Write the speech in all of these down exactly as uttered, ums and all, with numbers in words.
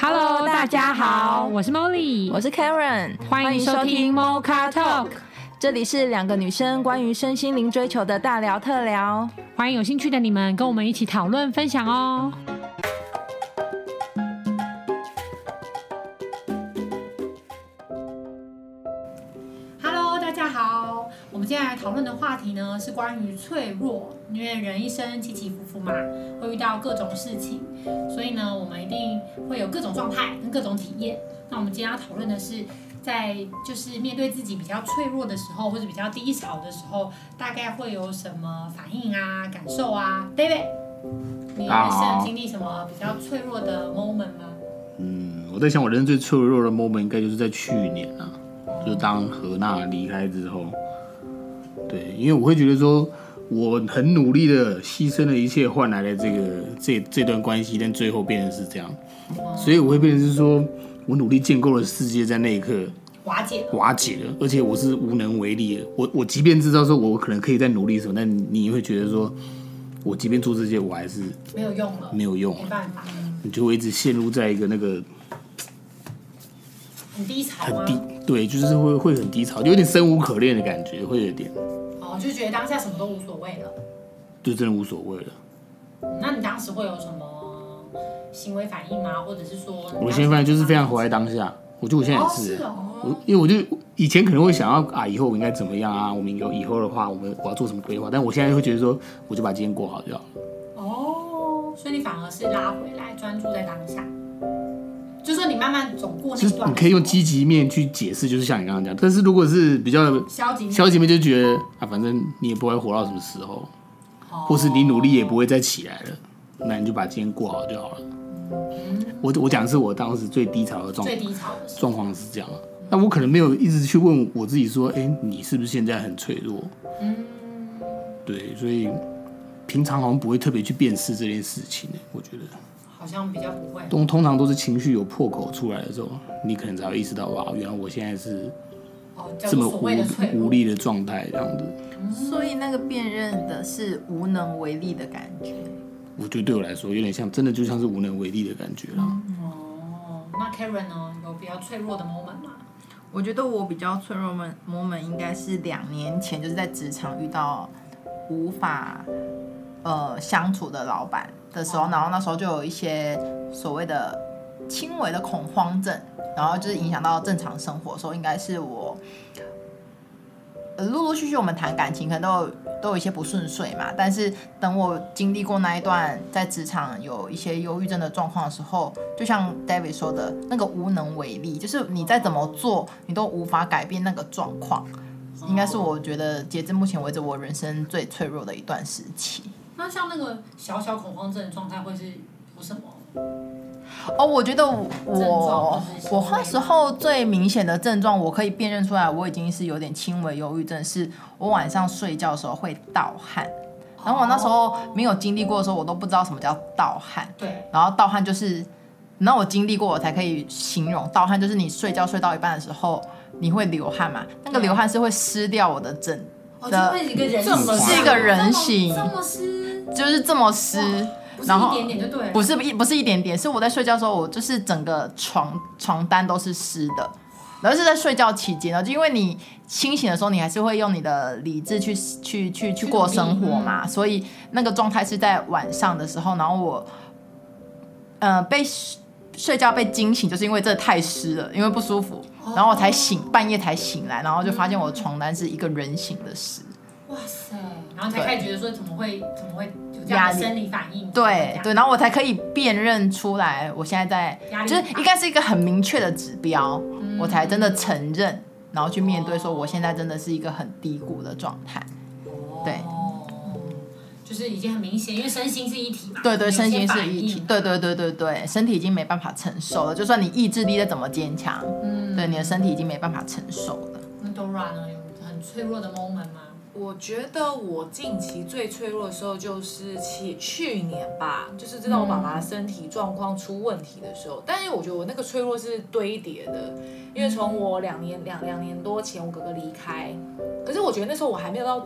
Hello， 大家好，我是 Molly， 我是 Karen， 欢迎收听 Mocha Talk， 这里是两个女生关于身心灵追求的大聊特聊， 欢迎有兴趣的你们跟我们一起讨论分享哦。Hello， 大家好，我们今天来讨论的话题呢是关于脆弱，因为人一生起起伏伏嘛，会遇到各种事情，所以呢，我们一定会有各种状态跟各种体验。那我们今天要讨论的是，在就是面对自己比较脆弱的时候，或者比较低潮的时候，大概会有什么反应啊、感受啊 ？David， 你人生经历什么比较脆弱的 moment 吗？ 嗯，我在想，我人生最脆弱的 moment 应该就是在去年啊，就是当何娜离开之后，对，因为我会觉得说，我很努力的牺牲了一切，换来了这个这这段关系，但最后变成是这样，所以我会变成是说，我努力建构的世界在那一刻瓦解了， 瓦解了，而且我是无能为力的。我我即便知道说我可能可以再努力什么，但你会觉得说，我即便做这些，我还是没有用了， 没有用， 没办法， 你就会一直陷入在一个那个很低潮吗？ 很低，对，就是会会很低潮，有点生无可恋的感觉，会有点。 哦，就觉得当下什么都无所谓了， 就真的无所谓了。 嗯、那你当时会有什么行为反应吗？或者是说， 我的行为反应就是非常活在当下。我觉得我现在也是， 哦是哦、 我因为我就以前可能会想要啊，以后我应该怎么样啊？我们有以后的话，我们我要做什么规划？但我现在会觉得说，我就把今天过好就好了。 哦，所以你反而是拉回来，专注在当下。就是说你慢慢走过那段， 你可以用积极面去解释，就是像你刚刚讲。但是如果是比较消极面， 消极面就觉得啊，反正你也不会活到什么时候，哦、或是你努力也不会再起来了，那你就把今天过好就好了。嗯、我我讲的是我当时最低潮的状最低潮的状况是这样。那我可能没有一直去问我自己说，哎、欸，你是不是现在很脆弱？嗯，对，所以平常好像不会特别去辨识这件事情，我觉得。 好像比较不会， 通通常都是情绪有破口出来的时候，你可能才会意识到哇，原来我现在是这么 无,、哦、无力的状态这样子。 所以那个辨认的是无能为力的感觉。 我觉得对我来说有点像，真的就像是无能为力的感觉啦。 嗯、哦，那 Karen 呢？有比较脆弱的 moment 吗？ 我觉得我比较脆弱的 moment 应该是两年前，就是在职场遇到无法呃相处的老板的时候，然后那时候就有一些所谓的轻微的恐慌症，然后就是影响到正常生活的时候，应该是我呃陆陆续续我们谈感情可能都有都有一些不顺遂嘛，但是等我经历过那一段在职场有一些忧郁症的状况的时候，就像 David 说的那个无能为力，就是你再怎么做你都无法改变那个状况，应该是我觉得截至目前为止我人生最脆弱的一段时期。 那像那个小小恐慌症的状态会是有什么？ 哦，我觉得我我我那时候最明显的症状，我可以辨认出来，我已经是有点轻微忧郁症，是我晚上睡觉的时候会盗汗。然后我那时候没有经历过的时候，我都不知道什么叫盗汗。 对。 然后盗汗就是，然后我经历过，我才可以形容盗汗，就是你睡觉睡到一半的时候，你会流汗嘛？那个流汗是会湿掉我的整的，哦、一个人是一个人形， 这么湿， 就是这么湿。 然后不是一点点就对了， 不是不是一点点，是我在睡觉的时候，我就是整个床床单都是湿的，然后是在睡觉期间，就因为你清醒的时候，你还是会用你的理智去去去去过生活嘛，所以那个状态是在晚上的时候，然后我呃被睡觉被惊醒，就是因为这太湿了，因为不舒服，然后我才醒，半夜才醒来，然后就发现我的床单是一个人形的湿。 哇塞！然后才开始觉得说怎么会怎么会有这样的生理反应？ 对对，然后我才可以辨认出来，我现在在就是应该是一个很明确的指标，嗯、我才真的承认，然后去面对说我现在真的是一个很低谷的状态。哦、对， 就是已经很明显，因为身心是一体嘛。 对对，身心是一体。对对对对对，身体已经没办法承受了，就算你意志力再怎么坚强，嗯，对，你的身体已经没办法承受了。 那 Dora 呢？有很脆弱的 moment 吗？ 我觉得我近期最脆弱的时候就是去去年吧，就是知道我爸妈身体状况出问题的时候。嗯、但是我觉得我那个脆弱是堆叠的，因为从我两年两两年多前我哥哥离开，可是我觉得那时候我还没有到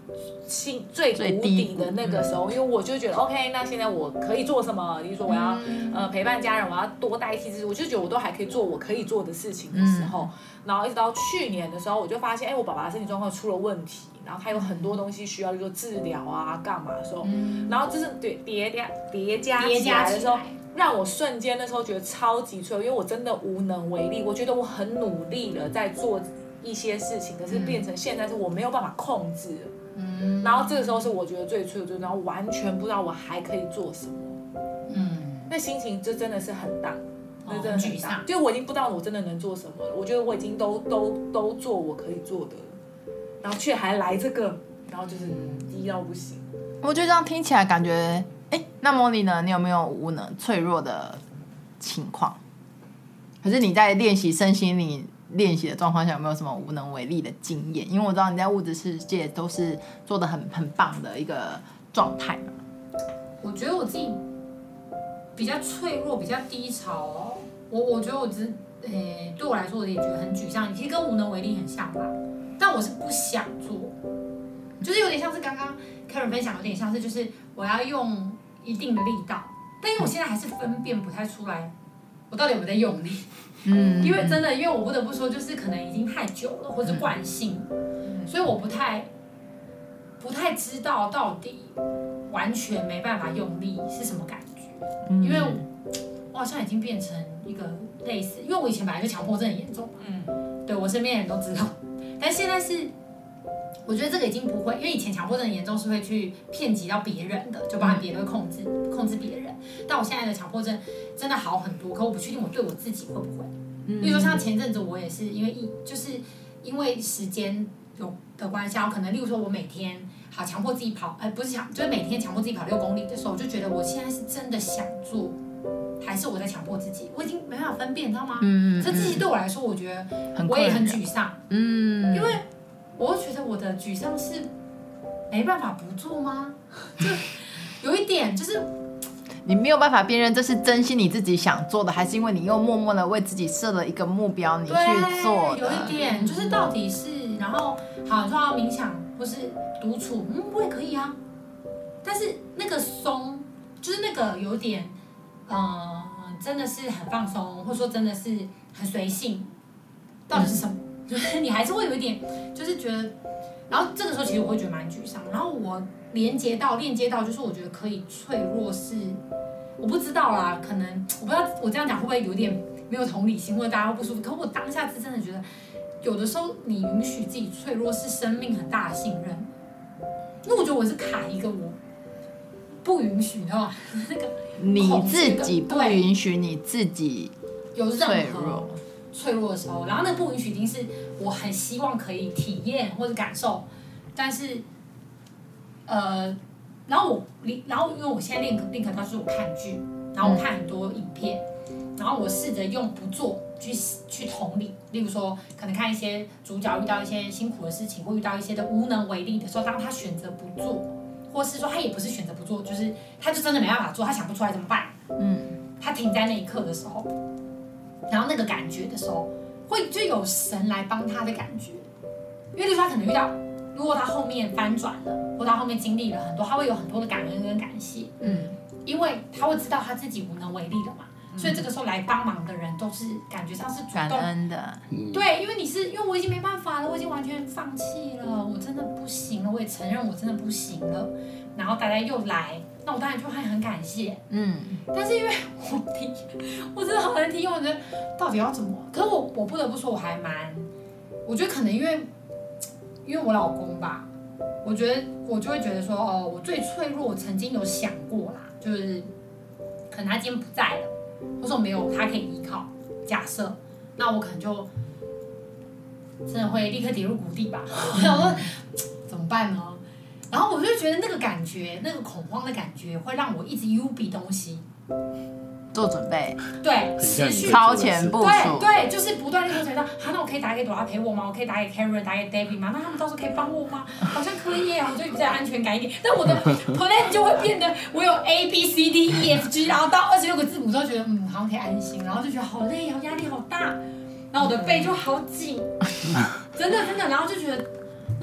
心最谷底的那个时候，因为我就觉得 OK， 那现在我可以做什么？比如说我要、嗯、呃陪伴家人，我要多代替自己，我就觉得我都还可以做我可以做的事情的时候，嗯、然后一直到去年的时候，我就发现，哎，我爸爸的身体状况出了问题，然后他有很多东西需要，比如说治疗啊、干嘛的时候，嗯、然后就是对叠加叠加起来的时候。让我瞬间那时候觉得超级脆弱，因为我真的无能为力。我觉得我很努力了在做一些事情，可是变成现在是我没有办法控制了。嗯，然后这个时候是我觉得最脆弱，然后完全不知道我还可以做什么。嗯，那心情就真的是很荡，那真的很荡，就我已经不知道我真的能做什么了。我觉得我已经都都都做我可以做的了，然后却还来这个，然后就是低到不行。 我觉得这样听起来感觉。哎，那莫莉呢？你有没有无能、脆弱的情况？可是你在练习身心灵练习的状况下，有没有什么无能为力的经验？因为我知道你在物质世界都是做的很很棒的一个状态嘛。 我觉得我自己比较脆弱，比较低潮哦。我我觉得我只，诶，对我来说，我也觉得很沮丧。其实跟无能为力很像吧，但我是不想做，就是有点像是刚刚 Karen 分享，有点像是就是我要用一定的力道，但因为我现在还是分辨不太出来，我到底有没有在用力。嗯，因为真的，因为我不得不说，就是可能已经太久了，或者惯性，嗯、所以我不太不太知道到底完全没办法用力是什么感觉。嗯、因为我好像已经变成一个类似，因为我以前本来就强迫症很严重，嗯，对我身边的人都知道，但现在是。我觉得这个已经不会，因为以前强迫症严重是会去遍及到别人的，就包含别人会控制控制别人。但我现在的强迫症真的好很多，可我不确定我对我自己会不会。嗯，比如说像前阵子我也是因为一就是因为时间有的关系，我可能例如说我每天好强迫自己跑，呃不是强，就是每天强迫自己跑六公里的时候，我就觉得我现在是真的想做，还是我在强迫自己，我已经没办法分辨，你知道吗？嗯，这自己对我来说，我觉得我也很沮丧。嗯，因为。我会觉得我的沮丧是没办法不做吗？就有一点就是你没有办法辨认这是真心你自己想做的，还是因为你又默默的为自己设了一个目标你去做的。 有一点就是到底是，然后好你说要冥想或是独处，嗯，我也可以啊。但是那个松，就是那个有点，呃，真的是很放松，或者说真的是很随性，到底是什么？嗯就是你还是会有一点，就是觉得，然后这个时候其实我会觉得蛮沮丧。然后我连接到链接到，就是我觉得可以脆弱是，我不知道啦，可能我不知道我这样讲会不会有点没有同理心，或者大家会不舒服。可我当下是真的觉得，有的时候你允许自己脆弱是生命很大的信任，因为我觉得我是卡一个我不允许，你知道吗？那个你自己不允许你自己有任何。脆弱的时候，然后那个不允许一定是我很希望可以体验或者感受，但是，呃，然后我，然后因为我现在练练可到就是我看剧，然后我看很多影片，然后我试着用不做去去同理，例如说可能看一些主角遇到一些辛苦的事情，或遇到一些的无能为力的时候，当他选择不做，或是说他也不是选择不做，就是他就真的没办法做，他想不出来怎么办？嗯，他停在那一刻的时候。然后那个感觉的时候，会就有神来帮他的感觉，因为例如他可能遇到，如果他后面翻转了，或他后面经历了很多，他会有很多的感恩跟感谢，嗯，因为他会知道他自己无能为力了嘛，嗯、所以这个时候来帮忙的人都是感觉上是主动感恩的， 对，因为你是因为我已经没办法了，我已经完全放弃了，我真的不行了，我也承认我真的不行了，然后大家又来。那我当然就会很感谢，嗯，但是因为我提，我真的好难提，我觉得到底要怎么？可是我我不得不说，我还蛮，我觉得可能因为，因为我老公吧，我觉得我就会觉得说，哦，我最脆弱，我曾经有想过啦，就是可能他今天不在了，或者我没有他可以依靠，假设，那我可能就真的会立刻跌入谷底吧。我想说怎么办呢？然后我就觉得那个感觉，那个恐慌的感觉，会让我一直 U 比东西， 做准备， 对，持续超前部署， 对对，就是不断地觉得，好，那我可以打给朵拉陪我吗？我可以打给 Karen， 打给 Debbie 吗？那他们到时候可以帮我吗？好像可以耶，我就比较有安全感一点。但我的 plan 就会变得，我有 A B C D E F G， 然后到二十六个字母之后，觉得嗯，好像可以安心，然后就觉得好累，好压力好大，然后我的背就好紧，真的真的，然后就觉得。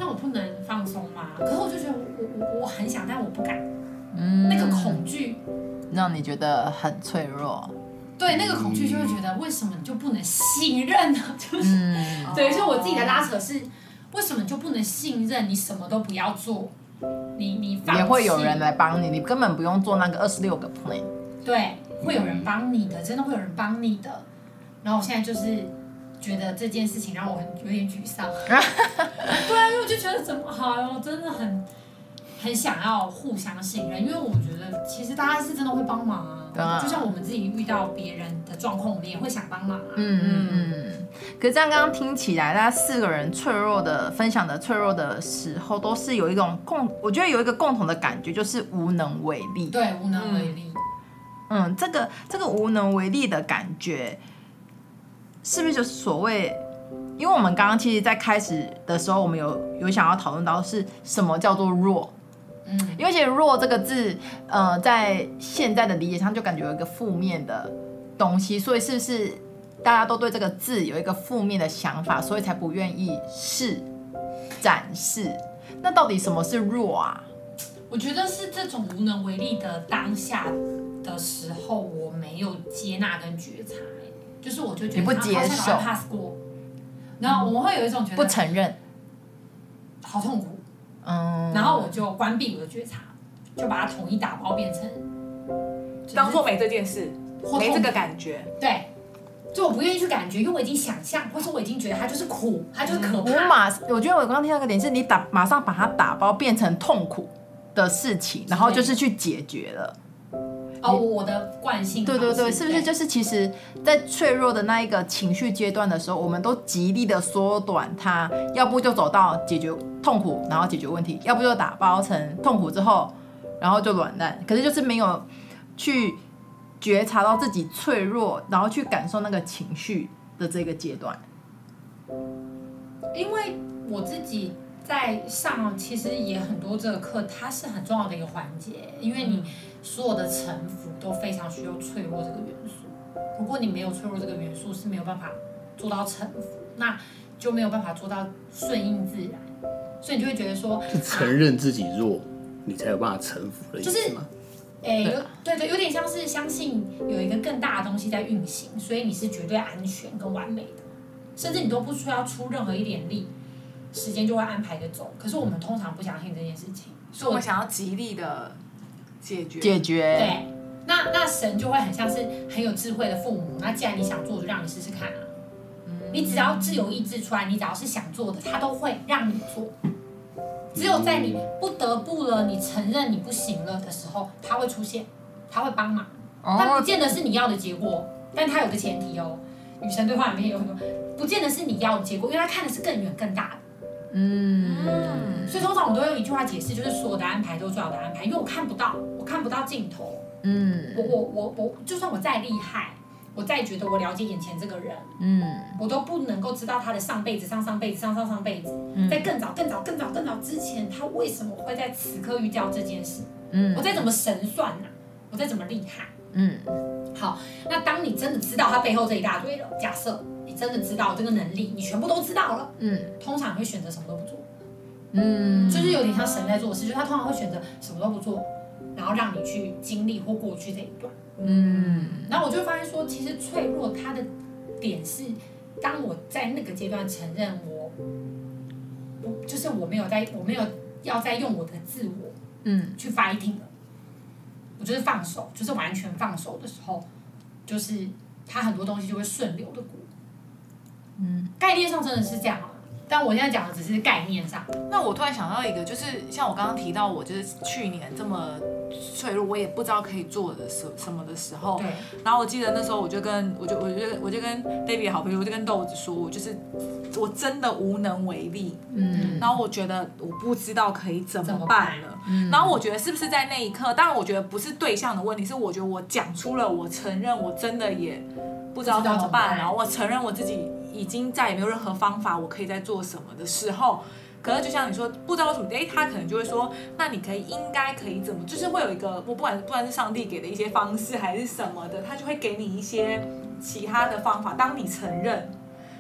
那我不能放松吗？可是我就觉得我我我很想，但我不敢。嗯，那个恐惧让你觉得很脆弱。 对，那个恐惧就会觉得，为什么你就不能信任呢？就是，嗯、对，所以我自己的拉扯是，为什么你就不能信任？你什么都不要做，你你放弃也会有人来帮你，你根本不用做那个二十六个 plan。 对，会有人帮你的，真的会有人帮你的。然后我现在就是觉得这件事情让我很有点沮丧。对啊，因为我就觉得怎么好哟，真的很很想要互相信任，因为我觉得其实大家是真的会帮忙啊。啊就像我们自己遇到别人的状况，我们也会想帮忙啊。 嗯嗯嗯。可是这样刚刚听起来，大家四个人脆弱的分享的脆弱的时候，都是有一种共，我觉得有一个共同的感觉，就是无能为力。 对，无能为力。 嗯，嗯这个这个无能为力的感觉，是不是就是所谓？因为我们刚刚其实，在开始的时候，我们有有想要讨论到是什么叫做弱。嗯，因为其实弱这个字，呃，在现在的理解上就感觉有一个负面的东西，所以是不是大家都对这个字有一个负面的想法，所以才不愿意试展示？那到底什么是弱啊？ 我觉得是这种无能为力的当下的时候，我没有接纳跟觉察，就是我就觉得你不接受 pass 过，然后我们会有一种觉得不承认， 好痛苦。嗯，然后我就关闭我的觉察，就把它统一打包变成， 就是、当做没这件事，没这个感觉。 对，就我不愿意去感觉，因为我已经想象，或是我已经觉得它就是苦，它就是可怕。 我马，我觉得我刚刚听到一个点是，你打马上把它打包变成痛苦的事情，然后就是去解决了。 哦，我的惯性。 对对对，是不是就是其实，在脆弱的那一个情绪阶段的时候，我们都极力的缩短它，要不就走到解决痛苦，然后解决问题，要不就打包成痛苦之后，然后就软烂。可是就是没有去觉察到自己脆弱，然后去感受那个情绪的这个阶段。 因为我自己在上，其实也很多这个课，它是很重要的一个环节，因为你所有的臣服都非常需要脆弱这个元素。如果你没有脆弱这个元素，是没有办法做到臣服，那就没有办法做到顺应自然。所以你就会觉得说， 就承认自己弱，啊、你才有办法臣服的意思吗？ 诶、欸，对对，有点像是相信有一个更大的东西在运行，所以你是绝对安全跟完美的，甚至你都不需要出任何一点力，时间就会安排的走。可是我们通常不相信这件事情， 所以我们想要极力的解决。 解决。 对，那那神就会很像是很有智慧的父母，那既然你想做，就让你试试看啊。嗯、你只要自由意志出来，你只要是想做的，他都会让你做。只有在你不得不了，你承认你不行了的时候，他会出现，他会帮忙，但不见得是你要的结果，但他有个前提哦。与神对话里面有很多，不见得是你要的结果，因为他看的是更远更大的。嗯, 嗯所以通常我都用一句话解释，就是所有的安排都是最好的安排，因为我看不到，我看不到尽头。嗯，我我我我，就算我再厉害。我再觉得我了解眼前这个人，嗯，我都不能够知道他的上辈子、上上辈子、上上上辈子，嗯、在更早、更早、更早、更早之前，他为什么会在此刻遇到这件事？嗯，我再怎么神算呢、啊？我再怎么厉害？嗯，好，那当你真的知道他背后这一大堆了，假设你真的知道这个能力，你全部都知道了，嗯，通常会选择什么都不做，嗯，就是有点像神在做事，就是他通常会选择什么都不做，然后让你去经历或过去这一段。嗯，然后我就发现说，其实脆弱它的点是，当我在那个阶段承认我，不就是我没有在，我没有要再用我的自我，嗯，去 fighting 了，我就是放手，就是完全放手的时候，就是它很多东西就会顺流的过，嗯，概念上真的是这样啊。但我现在讲的只是概念上。 那我突然想到一个，就是像我刚刚提到，我就是去年这么脆弱，我也不知道可以做的什什么的时候， 对。 然后我记得那时候我就跟我就我就我就跟 David 的好朋友，我就跟豆子说，我就是我真的无能为力，嗯。然后我觉得我不知道可以怎么办了，嗯。然后我觉得是不是在那一刻，当然我觉得不是对象的问题，是我觉得我讲出了，我承认我真的也不知道怎么办，然后我承认我自己已经再也没有任何方法，我可以再做什么的时候，可是就像你说，不知道为什么，哎，他可能就会说，那你可以应该可以怎么，就是会有一个，不管不管是上帝给的一些方式还是什么的，他就会给你一些其他的方法。当你承认，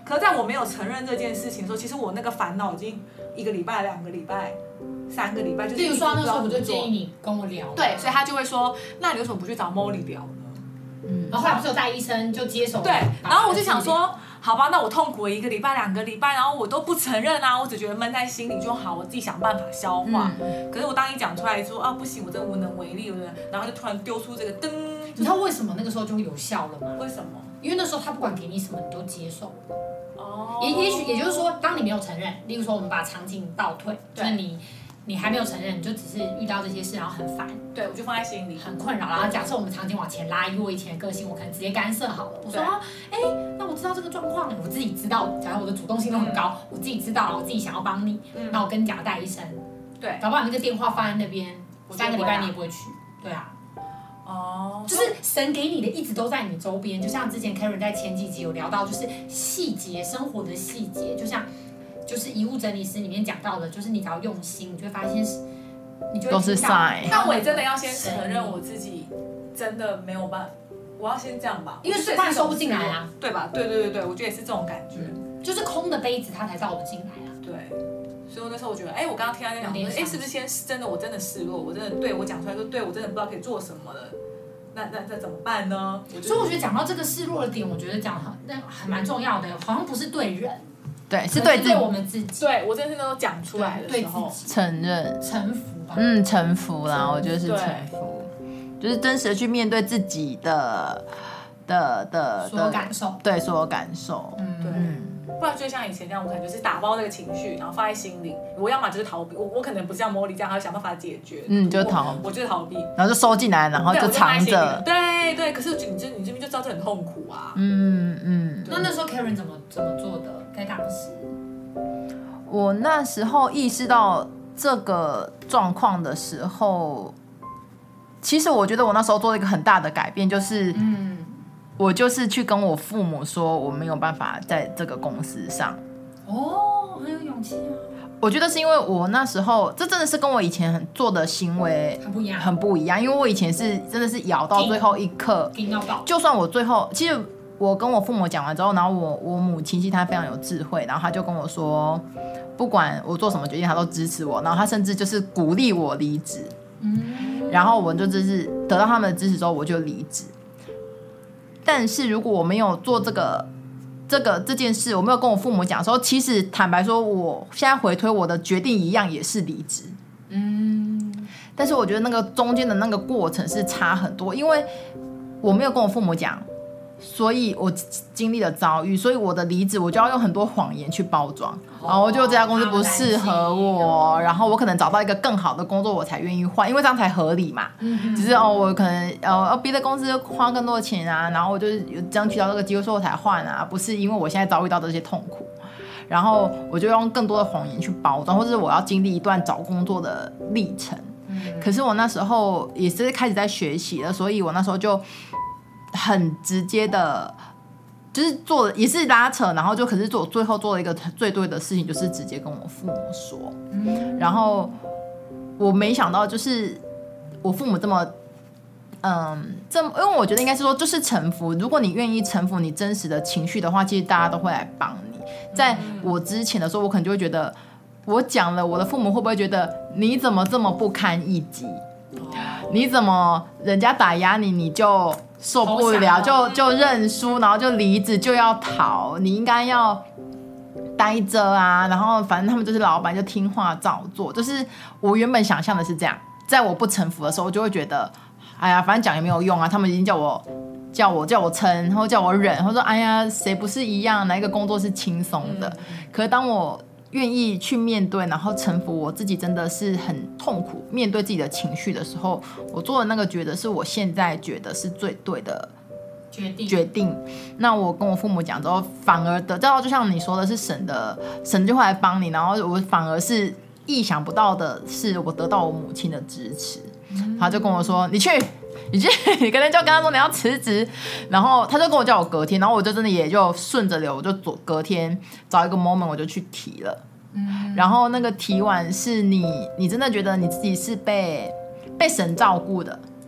可是在我没有承认这件事情的时候，其实我那个烦恼已经一个礼拜、两个礼拜、三个礼拜，就是例如说那时候我就建建议你跟我聊， 对，所以他就会说，那你为什么不去找 Molly 聊呢？ 嗯，然后后来不是有带医生就接手， 对，然后我就想说，好吧，那我痛苦了一个礼拜、两个礼拜，然后我都不承认啊，我只觉得闷在心里就好，我自己想办法消化。嗯、可是我当你讲出来说啊，不行，我真的无能为力，然后就突然丢出这个灯， 你知道为什么那个时候就会有效了吗？ 为什么？ 因为那时候他不管给你什么，你都接受了。 哦。 也也许也就是说，当你没有承认，例如说我们把场景倒退，就是你。你还没有承认，你就只是遇到这些事，然后很烦， 对我就放在心里， 很困扰。然后假设我们场景往前拉，以我以前的个性，我可能直接干涉好了。我说，哎、欸，那我知道这个状况，我自己知道。假如我的主动性都很高，嗯、我自己知道了，我自己想要帮你，嗯、那我跟你讲带一声， 对， 搞不好那个电话放在那边，三个礼拜你也不会去，对啊。 哦， 就是神给你的一直都在你周边，就像之前 Karen 在前几集有聊到，就是细节生活的细节，就像。就是遗物整理师里面讲到的，就是你只要用心，你就会发现，你就会都是 sign。 那我也真的要先承认我自己真的没有办法，我要先这样吧， 因为不然收不进来啊， 对吧？对对对对，我觉得也是这种感觉， 嗯、就是空的杯子它才倒得进来啊。 对，所以我那时候我觉得，哎、欸，我刚刚听他在讲说，哎、欸，是不是先真的我真的示弱，我真的对我讲出来说，对我真的不知道可以做什么了。那那那怎么办呢？ 所以我觉得讲到这个示弱的点，我觉得讲很那还蛮重要的，好像不是对人。 对，是对自己， 对我们自己。 对我真的是那种讲出来的时候， 承认、 臣服吧。 嗯，臣服啦，我觉得是臣服，就是真实的去面对自己的的的所有感受， 对所有感受， 嗯，对。嗯不然就像以前这样，我可能就是打包这个情绪，然后放在心里。我要么就是逃避，我我可能不是像茉莉这样，还要想办法解决。 嗯，就逃， 我就是逃避， 然后就收进来，然后就藏着。 对对，可是你这你这边就知道这很痛苦啊。 嗯嗯。 那那时候 Karen 怎么怎么做的？在当时， 我那时候意识到这个状况的时候，其实我觉得我那时候做了一个很大的改变，就是嗯。我就是去跟我父母说我没有办法在这个公司上。 哦，很有勇气啊！ 我觉得是因为我那时候，这真的是跟我以前很做的行为很不一样， 很不一样。因为我以前是真的是咬到最后一刻，就算我最后，其实我跟我父母讲完之后，然后我我母亲其实她非常有智慧，然后她就跟我说，不管我做什么决定，她都支持我，然后她甚至就是鼓励我离职。嗯，然后我就就是得到他们的支持之后，我就离职。但是如果我没有做这个这个这件事，我没有跟我父母讲的时候，其实坦白说，我现在回推我的决定一样也是离职。嗯，但是我觉得那个中间的那个过程是差很多，因为我没有跟我父母讲，所以我经历了遭遇，所以我的离职我就要用很多谎言去包装，然后我就这家公司不适合我，然后我可能找到一个更好的工作我才愿意换，因为这样才合理嘛。嗯，只是哦，我可能呃别的公司花更多的钱啊，然后我就有争取到这个机会，所以我才换啊，不是因为我现在遭遇到这些痛苦，然后我就用更多的谎言去包装，或者是我要经历一段找工作的历程。嗯，可是我那时候也是开始在学习了，所以我那时候就很直接的。就是做也是拉扯，然后就可是做最后做了一个最对的事情，就是直接跟我父母说。嗯，然后我没想到就是我父母这么，嗯，这么，因为我觉得应该是说就是臣服。如果你愿意臣服你真实的情绪的话，其实大家都会来帮你。在我之前的时候，我可能就会觉得我讲了，我的父母会不会觉得你怎么这么不堪一击？你怎么人家打压你，你就受不了，就就认输，然后就离职，就要逃。你应该要待着啊，然后反正他们就是老板，就听话照做。就是我原本想象的是这样，在我不臣服的时候，我就会觉得，哎呀，反正讲也没有用啊，他们已经叫我叫我叫我撑，然后叫我忍，然后说，哎呀，谁不是一样？哪一个工作是轻松的？嗯、可是当我愿意去面对，然后臣服我自己，真的是很痛苦。面对自己的情绪的时候，我做的那个觉得是我现在觉得是最对的决定。 决定。那我跟我父母讲之后，反而得到，就像你说的是神的，神就会来帮你。然后我反而是意想不到的是，我得到我母亲的支持。嗯、他就跟我说：“你去。”你去，你隔天就跟他说你要辞职，然后他就跟我叫我隔天，然后我就真的也就顺着流，我就隔天找一个 moment 我就去提了，嗯，然后那个提完是你，你真的觉得你自己是被被神照顾的，嗯，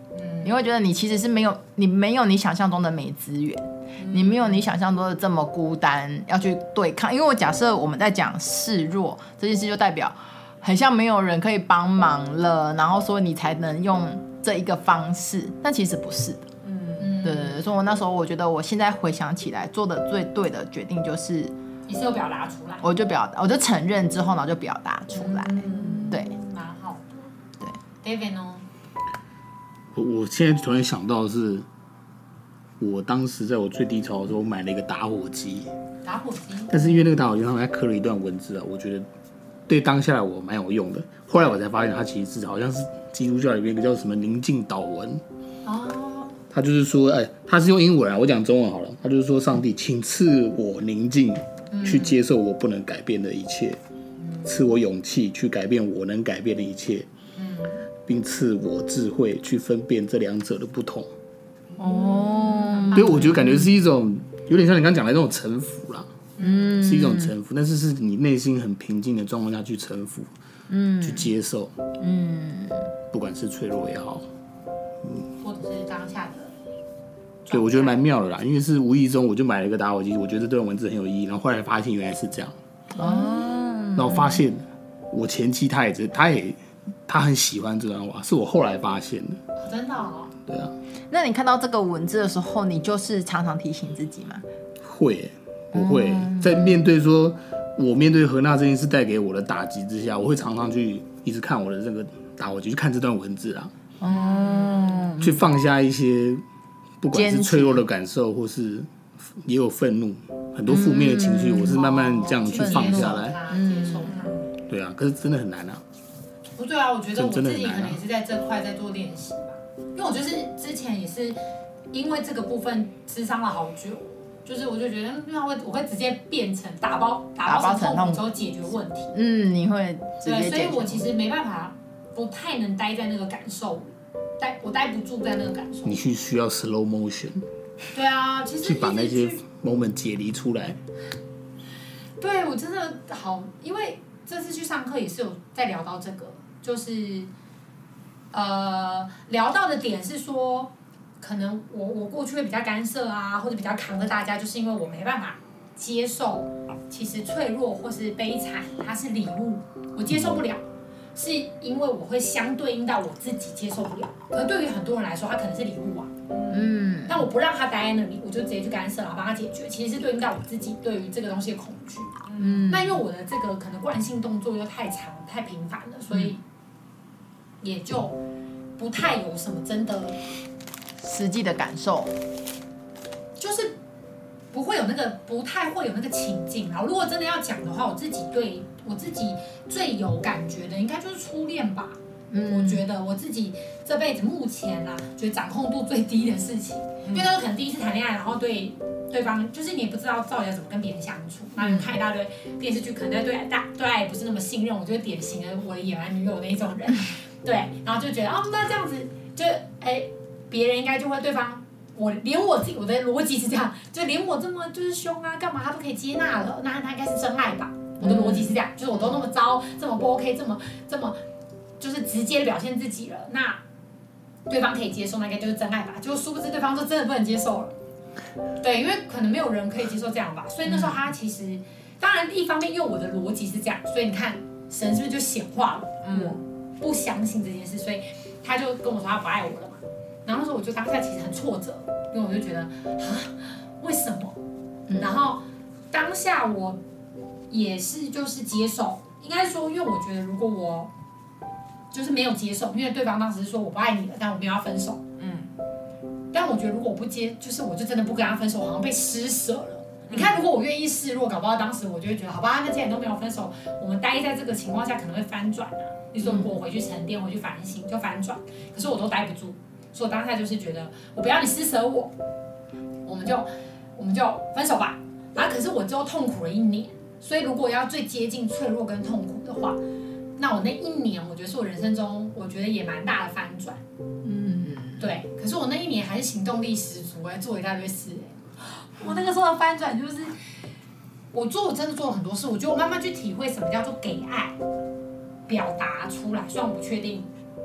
你会觉得你其实是没有，你没有你想象中的没资源，嗯、你没有你想象中的这么孤单，要去对抗。因为我假设我们在讲示弱这件事，就代表很像没有人可以帮忙了，然后所以你才能用这一个方式，但其实不是的。嗯，对对对，所以我那时候我觉得我现在回想起来做的最对的决定就是， 你是有表达出来， 我就表达，我就承认之后，然后就表达出来。 嗯， 对， 蛮好的。对 ，David 呢？ 我我现在突然想到的是，我当时在我最低潮的时候买了一个打火机。 打火机。但是因为那个打火机上面还刻了一段文字啊，我觉得对当下我蛮有用的。后来我才发现，它其实是好像是基督教里面一个叫什么宁静祷文。哦。他就是说，哎，他是用英文啊，我讲中文好了。他就是说，上帝，请赐我宁静，去接受我不能改变的一切，赐我勇气去改变我能改变的一切。并赐我智慧去分辨这两者的不同。哦，所以我觉得感觉是一种有点像你刚刚讲的那种臣服啦，嗯，是一种臣服，但是是你内心很平静的状况下去臣服，嗯，去接受，嗯，不管是脆弱也好， 嗯，或者是当下的， 对，我觉得蛮妙的啦，因为是无意中我就买了一个打火机，我觉得这段文字很有意义，然后后来发现原来是这样，哦，然后发现我前妻她也她也。他很喜欢这段话，是我后来发现的。 真的哦？ 对啊。 那你看到这个文字的时候，你就是常常提醒自己吗？ 会、欸，我会、欸嗯、在面对说，我面对何娜这件事带给我的打击之下，我会常常去一直看我的这个打火机，去看这段文字啊，嗯，去放下一些不管是脆弱的感受，或是也有愤怒，很多负面的情绪、嗯，我是慢慢这样去放下来， 接受它。 对啊，可是真的很难啊。 不对啊，我觉得我自己可能也是在这块在做练习吧，因为我就是之前也是因为这个部分諮商了好久，就是我就觉得，因为我会我会直接变成打包打包成痛苦之后解决问题， 嗯，你会直接解决， 对，所以我其实没办法，不太能待在那个感受，待我待不住在那个感受， 你去需要 slow motion， 对啊，其实去把那些 moment 解离出来， 对我真的好，因为这次去上课也是有在聊到这个。就是，呃，聊到的点是说，可能我我过去会比较干涉啊，或者比较扛着大家，就是因为我没办法接受，其实脆弱或是悲惨，它是礼物，我接受不了，是因为我会相对应到我自己接受不了。可对于很多人来说，它可能是礼物啊，嗯，但我不让他待在那里，我就直接去干涉，然后帮他解决，其实是对应到我自己对于这个东西的恐惧。嗯，那因为我的这个可能惯性动作又太长太频繁了，所以。也就不太有什么真的实际的感受， 就是不会有那个不太会有那个情境。然后如果真的要讲的话，我自己对我自己最有感觉的应该就是初恋吧。嗯，我觉得我自己这辈子目前啊，觉得掌控度最低的事情，因为那时候可能第一次谈恋爱，然后对对方就是你也不知道到底要怎么跟别人相处，那你看一大堆电视剧，可能对大对爱也不是那么信任，我就是典型的我的野蛮女友那一种人。对，然后就觉得哦，那这样子就哎，别人应该就会对方，我连我自己我的逻辑是这样，就连我这么就是凶啊，干嘛他都可以接纳了，那他应该是真爱吧？我的逻辑是这样，就是我都那么糟，这么不 OK， 这么这么就是直接的表现自己了，那对方可以接受，那应该就是真爱吧？结果殊不知对方就真的不能接受了。对，因为可能没有人可以接受这样吧，所以那时候他其实，当然一方面因为我的逻辑是这样，所以你看神是不是就显化了我？不相信这件事，所以他就跟我说他不爱我了嘛。然后那时候我就当下其实很挫折，因为我就觉得啊，为什么？然后当下我也是就是接受，应该说，因为我觉得如果我就是没有接受，因为对方当时是说我不爱你了，但我没有要分手。嗯。但我觉得如果我不接，就是我就真的不跟他分手，我好像被施舍了。你看，如果我愿意示弱，搞不好当时我就会觉得，好吧，那既然都没有分手，我们待在这个情况下可能会翻转啊。你说，如果我回去沉淀，回去反省，就反转。可是我都待不住，所以我当下就是觉得，我不要你施舍我，我们就我们就分手吧。然后，可是我之后痛苦了一年，所以如果要最接近脆弱跟痛苦的话，那我那一年，我觉得是我人生中，我觉得也蛮大的翻转。嗯，对。可是我那一年还是行动力十足，我还做一大堆事、欸。我那个时候的翻转就是，我做我真的做了很多事，我觉得我慢慢去体会什么叫做给爱，表达出来。虽然我不确定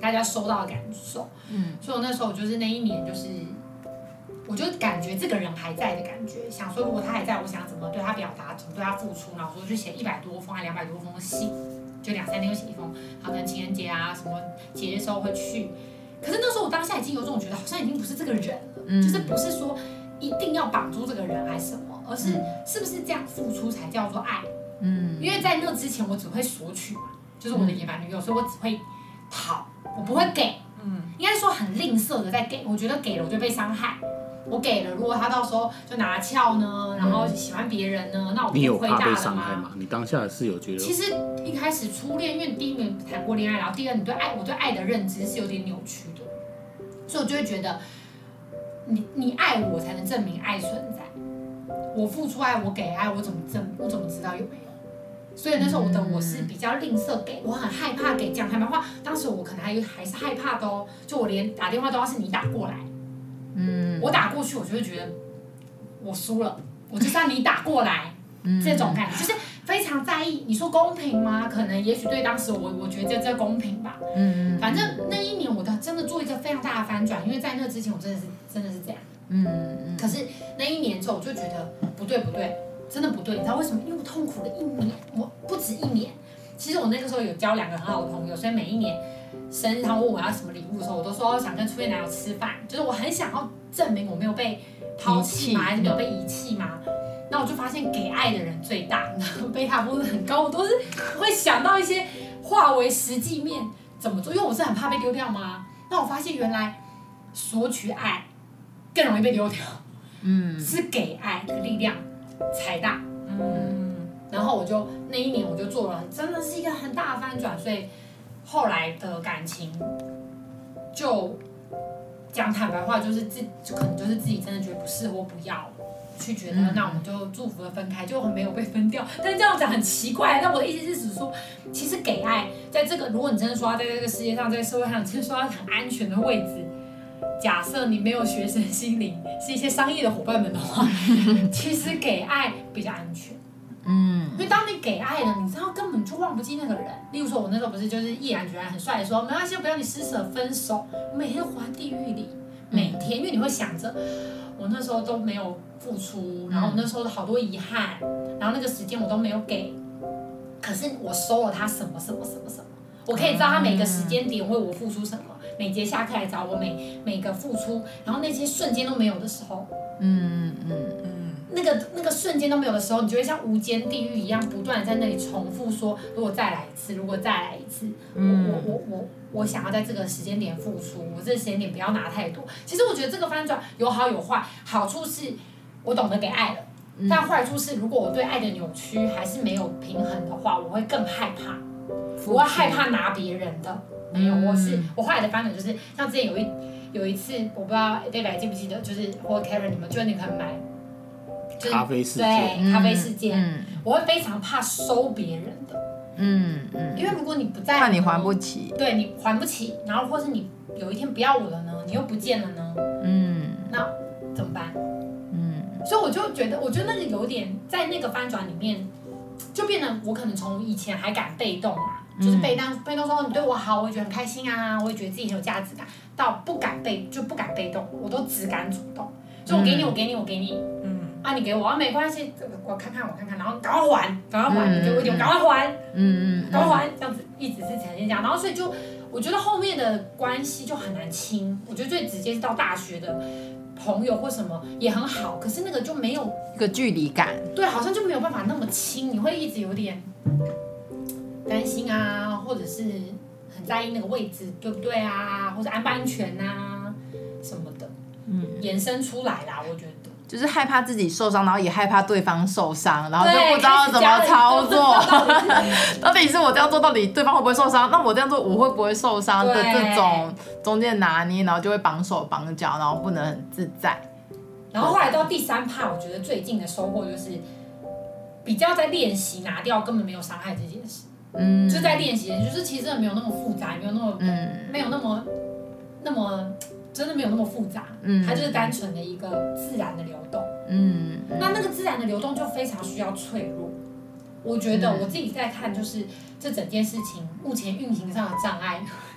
大家收到的感受。嗯，所以我那时候就是那一年就是。我就感觉这个人还在的感觉，想说如果他还在，我想怎么对他表达，怎么对他付出，然后说就写一百多封还两百多封信，就两三天就写一封，然后可能情人节啊什么节日时候会去。可是那时候我当下已经有种觉得好像已经不是这个人了，嗯、就是不是说一定要绑住这个人还是什么，而是是不是这样付出才叫做爱？嗯，因为在那之前我只会索取嘛，就是我的野蛮女友，所以我只会讨，我不会给。嗯，应该说很吝啬的在给，我觉得给了我就被伤害。我给了，如果他到时候就拿翘呢，然后喜欢别人呢，那我不你有亏大怕被了吗？ 伤害吗？你当下是有觉得？ 其实一开始初恋，因为你第一没谈过恋爱，然后第二你对爱，我对爱的认知是有点扭曲的，所以我就会觉得，你你爱我才能证明爱存在，我付出爱，我给爱，我怎么证，我怎么知道有没有？所以那时候我的我是比较吝啬给，我很害怕给讲坦白话，当时我可能还还是害怕的哦，就我连打电话都要是你打过来。嗯，我打过去，我就会觉得我输了，我就是要你打过来，嗯、这种感觉就是非常在意。你说公平吗？可能也许对当时我，我觉得这公平吧。嗯反正那一年我的真的做一个非常大的翻转，因为在那之前我真的是真的是这样。嗯嗯。可是那一年之后，我就觉得不对不对，真的不对。你知道为什么？因为我痛苦了一年，我不止一年。其实我那个时候有交两个很好的朋友，所以每一年。生日他问我要什么礼物的时候，我都说想跟初恋男友吃饭，就是我很想要证明我没有被抛弃嘛，还是没有被遗弃嘛。那我就发现给爱的人最大，然后贝塔波是很高，我都是会想到一些化为实际面怎么做，因为我是很怕被丢掉嘛。那我发现原来索取爱更容易被丢掉，嗯，是给爱的力量才大，嗯。然后我就那一年我就做了，真的是一个很大的翻转，所以。后来的感情，就讲坦白话，就是自就可能就是自己真的觉得不适合，不要去觉得，嗯、那我们就祝福的分开，就很没有被分掉。但是这样讲很奇怪。但我的意思是指说，其实给爱，在这个如果你真的说要在这个世界上，在社会上，真的说要很安全的位置，假设你没有学生心灵，是一些商业的伙伴们的话，其实给爱比较安全。嗯，因为当你给爱了，你知道根本就忘不记那个人。例如说，我那时候不是就是毅然决然很帅的说，没关系，不要你施舍分手，我每天都活在地狱里，每天，因为你会想着，我那时候都没有付出，然后我那时候好多遗憾，然后那个时间我都没有给，可是我收了他什么什么什么什么，我可以知道他每个时间点为我付出什么，每节下课来找我，每每个付出，然后那些瞬间都没有的时候，嗯嗯嗯。那个那个瞬间都没有的时候，你就会像无间地狱一样，不断的在那里重复说：如果再来一次，如果再来一次，嗯、我我我我想要在这个时间点付出，我这个时间点不要拿太多。其实我觉得这个翻转有好有坏，好处是我懂得给爱了，嗯、但坏处是如果我对爱的扭曲还是没有平衡的话，我会更害怕，我会害怕拿别人的。没有，我是我后来的翻转就是像之前有一有一次，我不知道 David 还记不记得，就是或 Karen 你们，就是你可能买。 咖啡事件， 对，咖啡事件，嗯、我会非常怕收别人的，嗯嗯，因为如果你不在， 怕你还不起， 对你还不起，然后或是你有一天不要我了呢，你又不见了呢，嗯，那怎么办？嗯，所以我就觉得，我觉得那个有点在那个翻转里面，就变得我可能从以前还敢被动啊，嗯、就是被动被动说你对我好，我也觉得很开心啊，我也觉得自己很有价值感，到不敢被就不敢被动，我都只敢主动，所以我给你，我给你，我给你，嗯。啊，你给我啊，没关系，我看看，我看看，然后赶快还，赶快还，嗯、你给我一点，赶快还，嗯嗯，赶快还，这样子一直是呈现这样，然后所以就我觉得后面的关系就很难亲，我觉得最直接是到大学的朋友或什么也很好，可是那个就没有一个距离感， 对，好像就没有办法那么亲，你会一直有点担心啊，或者是很在意那个位置对不对啊，或者安不安全啊什么的，嗯，衍生出来啦，我觉得。 就是害怕自己受伤，然后也害怕对方受伤，然后就不知道怎么操作。到底是我这样做，到底对方会不会受伤？那我这样做，我会不会受伤的这种中间拿捏，然后就会绑手绑脚，然后不能很自在。 然后后来到第三趴，我觉得最近的收获就是比较在练习拿掉根本没有伤害这件事。嗯，就在练习，就是其实真的没有那么复杂，没有那么，嗯，没有那么那么。真的没有那么复杂，嗯，它就是单纯的一个自然的流动，嗯，那那个自然的流动就非常需要脆弱。我觉得我自己在看，就是这整件事情目前运行上的障碍，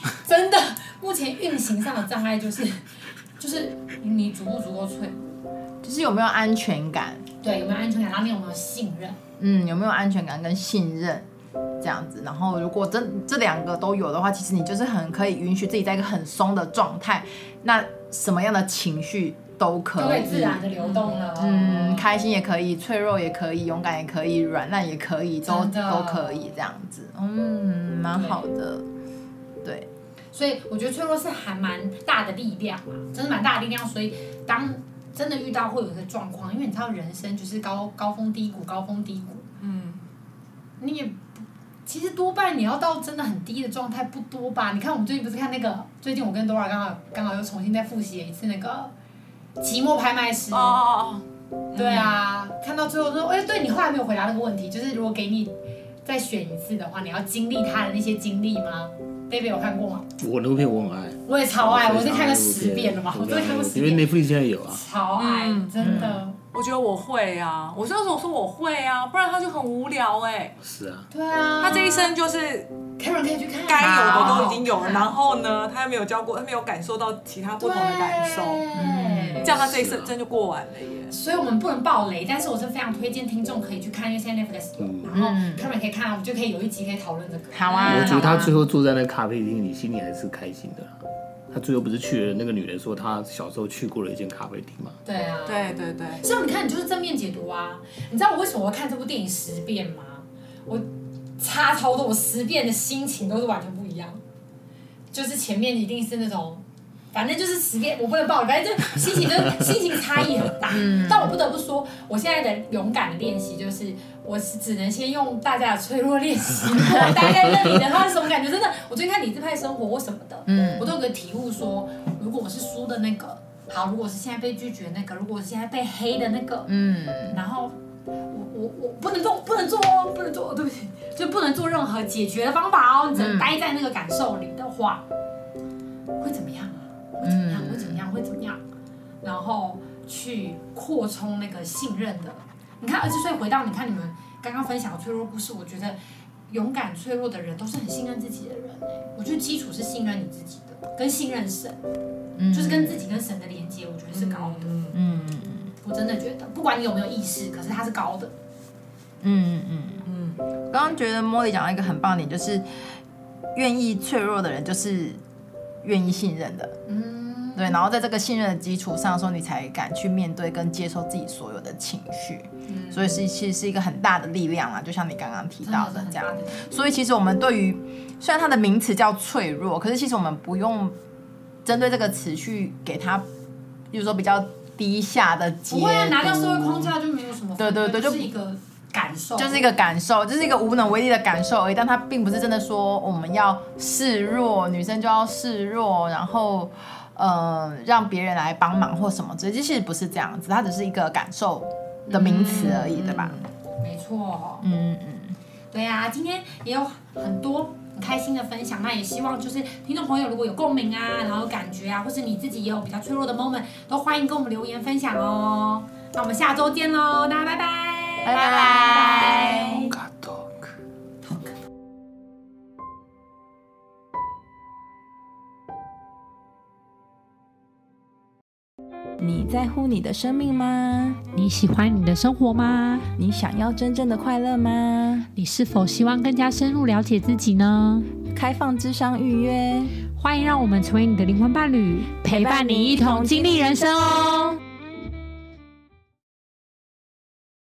真的，目前运行上的障碍就是就是你足不足够脆弱， 就是有没有安全感， 对，有没有安全感，然后你有没有信任， 嗯，有没有安全感跟信任这样子。然后如果这这两个都有的话，其实你就是很可以允许自己在一个很松的状态，那什么样的情绪都可以， 都可以自然的流动了。 嗯，开心也可以，脆弱也可以，勇敢也可以，软烂也可以，都都可以这样子。嗯，蛮好的。对， 所以我觉得脆弱是还蛮大的力量啊，真的蛮大的力量。所以当真的遇到会有一个状况，因为你知道人生就是高高峰低谷，高峰低谷。嗯，你也其实多半你要到真的很低的状态不多吧？你看我们最近不是看那个，最近我跟 Dora 刚好刚好又重新再复习了一次那个期末拍卖师。 哦哦哦。对啊，嗯、看到最后说，哎、欸，对你后来没有回答那个问题，就是如果给你再选一次的话，你要经历他的那些经历吗 ？David 有看过吗？ 我那部片我很爱， 我也超爱，我是看了十遍了嘛，我真的看过十遍。 因为 Netflix 现在有啊。 超爱，嗯、真的。 嗯我觉得我会啊，我就是我说我会啊，不然他就很无聊哎、欸。 是啊。 对啊。 他这一生就是 Karen 可以去看， 该有的都已经有了，然后呢，他又没有教过，他没有感受到其他不同的感受，嗯，这样他这一生真就过完了耶。 所以我们不能爆雷，但是我是非常推荐听众可以去看，因为现在 Netflix 有，然后 Karen 可以看，我们就可以有一集可以讨论这个。 好啊。 我觉得他最后坐在那咖啡厅里，心里还是开心的。他最后不是去了那个女人说她小时候去过了一间咖啡厅吗？ 对啊， 对对对。 所以你看，你就是正面解读啊。你知道我为什么会看这部电影十遍吗？我差超多，我十遍的心情都是完全不一样。就是前面一定是那种，反正就是十遍，我不能爆，反正就心情就是心情差异很大。嗯。但我不得不说，我现在的勇敢的练习就是，我是只能先用大家的脆弱练习。我待在那里的话是什么感觉？真的，我最近看理智派生活或什么的，嗯，我都有个体悟说，如果我是输的那个，好，如果是现在被拒绝那个，如果我是现在被黑的那个，嗯，然后我我我不能做，不能做哦，不能做，对不起，就不能做任何解决的方法哦，你只能待在那个感受里的话，会怎么样啊？会怎么样？会怎么样？会怎么样？然后去扩充那个信任的。你看，而且所以回到你看你们刚刚分享的脆弱故事，我觉得勇敢脆弱的人都是很信任自己的人哎、欸。我觉得基础是信任你自己的，跟信任神，嗯、就是跟自己跟神的连接，我觉得是高的。嗯嗯嗯，我真的觉得，不管你有没有意识，可是它是高的。 嗯嗯嗯。刚刚觉得茉莉讲到一个很棒的点，就是愿意脆弱的人就是愿意信任的。嗯。对，然后在这个信任的基础上，说你才敢去面对跟接受自己所有的情绪，嗯、所以是其实是一个很大的力量啊，就像你刚刚提到的这样。所以其实我们对于虽然它的名词叫脆弱，可是其实我们不用针对这个词去给它，比如说比较低下的解读。 不会啊，拿掉社会框架就没有什么。 对对对， 就是一个感受， 就是一个感受，就是一个无能为力的感受而已。但它并不是真的说我们要示弱，女生就要示弱，然后。呃，让别人来帮忙或什么之类，其实不是这样子，它只是一个感受的名词而已，嗯、对吧？ 没错。 嗯嗯， 对啊，今天也有很多很开心的分享，那也希望就是听众朋友如果有共鸣啊，然后感觉啊，或是你自己也有比较脆弱的 moment， 都欢迎跟我们留言分享哦。那我们下周见喽，大家拜拜， 拜拜。 你在乎你的生命吗？ 你喜欢你的生活吗？ 你想要真正的快乐吗？ 你是否希望更加深入了解自己呢？ 开放諮商預約， 歡迎讓我們成為你的靈魂伴侶，陪伴你一同經歷人生哦。